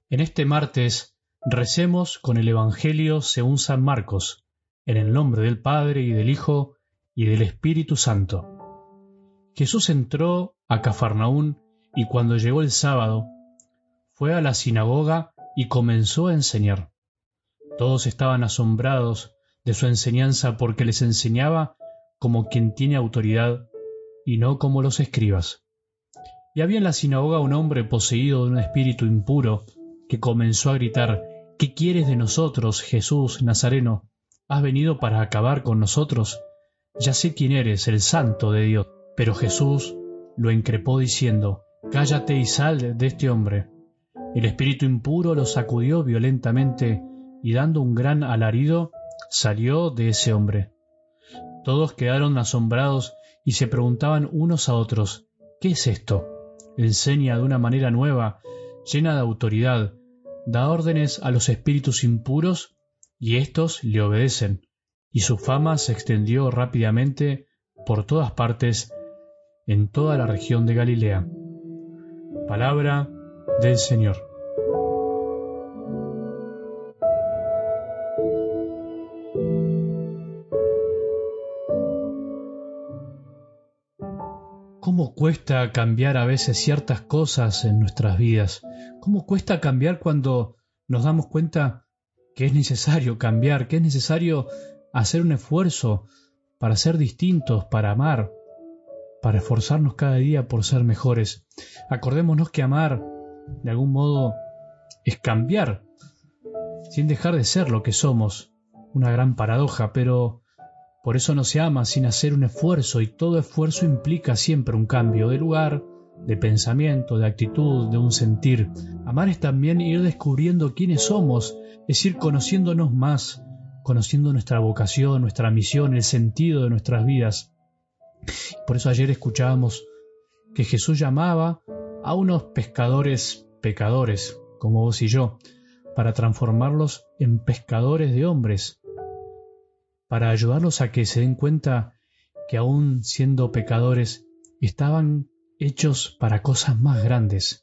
En este martes recemos con el Evangelio según San Marcos, en el nombre del Padre y del Hijo y del Espíritu Santo. Jesús entró a Cafarnaún y cuando llegó el sábado, fue a la sinagoga y comenzó a enseñar. Todos estaban asombrados de su enseñanza porque les enseñaba como quien tiene autoridad y no como los escribas. Y había en la sinagoga un hombre poseído de un espíritu impuro que comenzó a gritar: ¿Qué quieres de nosotros, Jesús Nazareno? ¿Has venido para acabar con nosotros? Ya sé quién eres, el Santo de Dios. Pero Jesús lo increpó diciendo: Cállate y sal de este hombre. El espíritu impuro lo sacudió violentamente y dando un gran alarido salió de ese hombre. Todos quedaron asombrados y se preguntaban unos a otros: ¿qué es esto? Enseña de una manera nueva, llena de autoridad, da órdenes a los espíritus impuros y éstos le obedecen. Y su fama se extendió rápidamente por todas partes, en toda la región de Galilea. Palabra del Señor. ¿Cómo cuesta cambiar a veces ciertas cosas en nuestras vidas? ¿Cómo cuesta cambiar cuando nos damos cuenta que es necesario cambiar, que es necesario hacer un esfuerzo para ser distintos, para amar, para esforzarnos cada día por ser mejores? Acordémonos que amar, de algún modo, es cambiar, sin dejar de ser lo que somos. Una gran paradoja, pero por eso no se ama sin hacer un esfuerzo, y todo esfuerzo implica siempre un cambio de lugar, de pensamiento, de actitud, de un sentir. Amar es también ir descubriendo quiénes somos, es ir conociéndonos más, conociendo nuestra vocación, nuestra misión, el sentido de nuestras vidas. Por eso ayer escuchábamos que Jesús llamaba a unos pescadores pecadores, como vos y yo, para transformarlos en pescadores de hombres, para ayudarlos a que se den cuenta que aún siendo pecadores estaban hechos para cosas más grandes.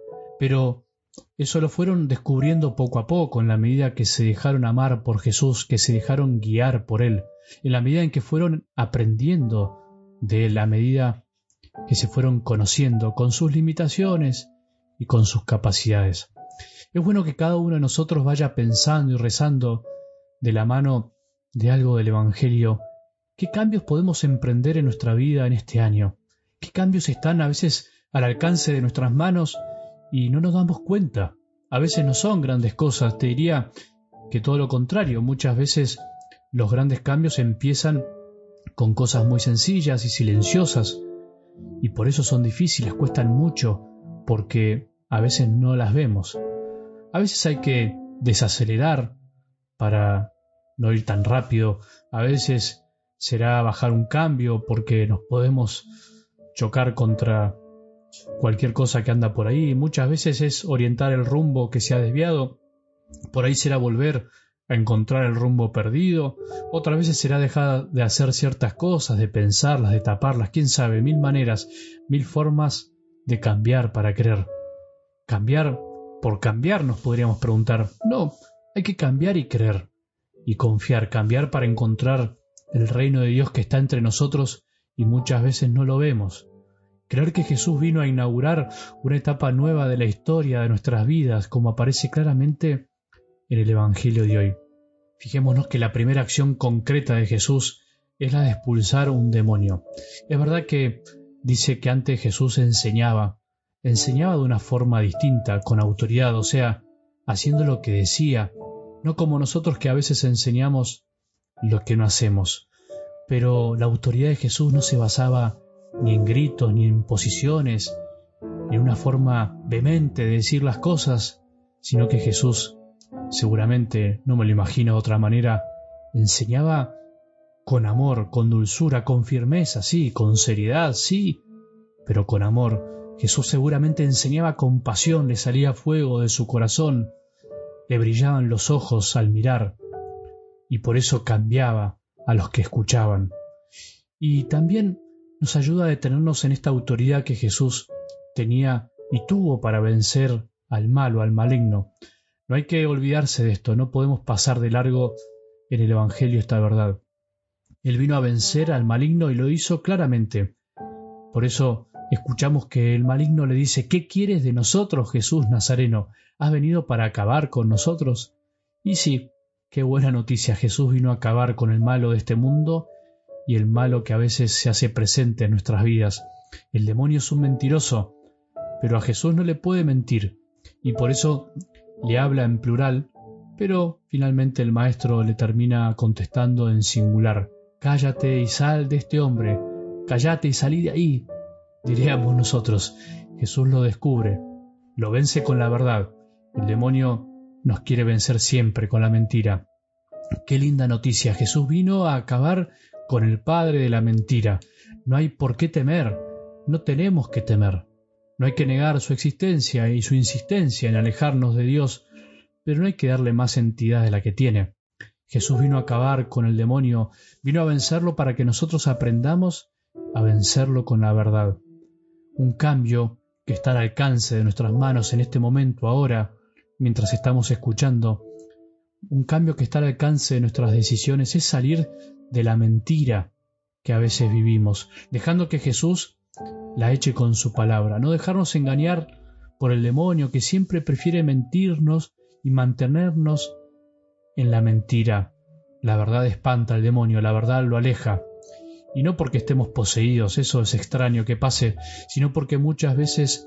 Pero eso lo fueron descubriendo poco a poco, en la medida que se dejaron amar por Jesús, que se dejaron guiar por Él, en la medida en que fueron aprendiendo de Él, a medida que se fueron conociendo con sus limitaciones y con sus capacidades. Es bueno que cada uno de nosotros vaya pensando y rezando de la mano de algo del Evangelio. ¿Qué cambios podemos emprender en nuestra vida en este año? ¿Qué cambios están a veces al alcance de nuestras manos y no nos damos cuenta? A veces no son grandes cosas, te diría que todo lo contrario. Muchas veces los grandes cambios empiezan con cosas muy sencillas y silenciosas, y por eso son difíciles, cuestan mucho, porque a veces no las vemos. A veces hay que desacelerar para no ir tan rápido. A veces será bajar un cambio porque nos podemos chocar contra cualquier cosa que anda por ahí. Muchas veces es orientar el rumbo que se ha desviado. Por ahí será volver a encontrar el rumbo perdido. Otras veces será dejar de hacer ciertas cosas, de pensarlas, de taparlas. Quién sabe, mil maneras, mil formas de cambiar para querer. Cambiar por cambiar, nos podríamos preguntar. No, hay que cambiar y creer. Y confiar, cambiar para encontrar el reino de Dios que está entre nosotros y muchas veces no lo vemos. Creer que Jesús vino a inaugurar una etapa nueva de la historia de nuestras vidas, como aparece claramente en el Evangelio de hoy. Fijémonos que la primera acción concreta de Jesús es la de expulsar un demonio. Es verdad que dice que antes Jesús enseñaba de una forma distinta, con autoridad, o sea, haciendo lo que decía, no como nosotros que a veces enseñamos lo que no hacemos. Pero la autoridad de Jesús no se basaba ni en gritos, ni en posiciones, ni en una forma vehemente de decir las cosas, sino que Jesús, seguramente, no me lo imagino de otra manera, enseñaba con amor, con dulzura, con firmeza, sí, con seriedad, sí, pero con amor. Jesús seguramente enseñaba con pasión, le salía fuego de su corazón, le brillaban los ojos al mirar, y por eso cambiaba a los que escuchaban. Y también nos ayuda a detenernos en esta autoridad que Jesús tenía y tuvo para vencer al malo, al maligno. No hay que olvidarse de esto, no podemos pasar de largo en el Evangelio esta verdad. Él vino a vencer al maligno y lo hizo claramente. Por eso escuchamos que el maligno le dice: ¿qué quieres de nosotros, Jesús Nazareno? ¿Has venido para acabar con nosotros? Y sí, qué buena noticia, Jesús vino a acabar con el malo de este mundo y el malo que a veces se hace presente en nuestras vidas. El demonio es un mentiroso, pero a Jesús no le puede mentir, y por eso le habla en plural, pero finalmente el maestro le termina contestando en singular: cállate y sal de este hombre, cállate y salí de ahí. Diríamos nosotros. Jesús lo descubre, lo vence con la verdad. El demonio nos quiere vencer siempre con la mentira. Qué linda noticia, Jesús vino a acabar con el padre de la mentira. No hay por qué temer, no tenemos que temer. No hay que negar su existencia y su insistencia en alejarnos de Dios, pero no hay que darle más entidad de la que tiene. Jesús vino a acabar con el demonio, vino a vencerlo para que nosotros aprendamos a vencerlo con la verdad. Un cambio que está al alcance de nuestras manos en este momento, ahora, mientras estamos escuchando. Un cambio que está al alcance de nuestras decisiones es salir de la mentira que a veces vivimos, dejando que Jesús la eche con su palabra. No dejarnos engañar por el demonio que siempre prefiere mentirnos y mantenernos en la mentira. La verdad espanta al demonio, la verdad lo aleja. Y no porque estemos poseídos, eso es extraño que pase, sino porque muchas veces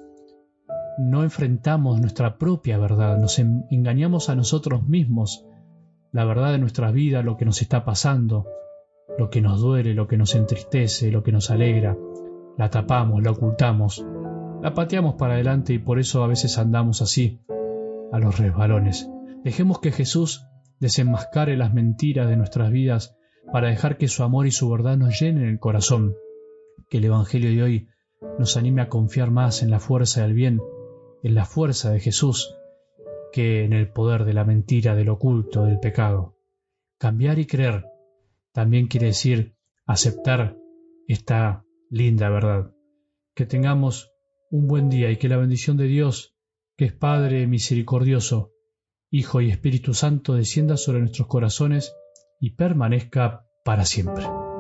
no enfrentamos nuestra propia verdad, nos engañamos a nosotros mismos, la verdad de nuestras vidas, lo que nos está pasando, lo que nos duele, lo que nos entristece, lo que nos alegra, la tapamos, la ocultamos, la pateamos para adelante y por eso a veces andamos así, a los resbalones. Dejemos que Jesús desenmascare las mentiras de nuestras vidas para dejar que su amor y su verdad nos llenen el corazón, que el Evangelio de hoy nos anime a confiar más en la fuerza del bien, en la fuerza de Jesús, que en el poder de la mentira, del oculto, del pecado. Cambiar y creer también quiere decir aceptar esta linda verdad. Que tengamos un buen día y que la bendición de Dios, que es Padre misericordioso, Hijo y Espíritu Santo, descienda sobre nuestros corazones y permanezca para siempre.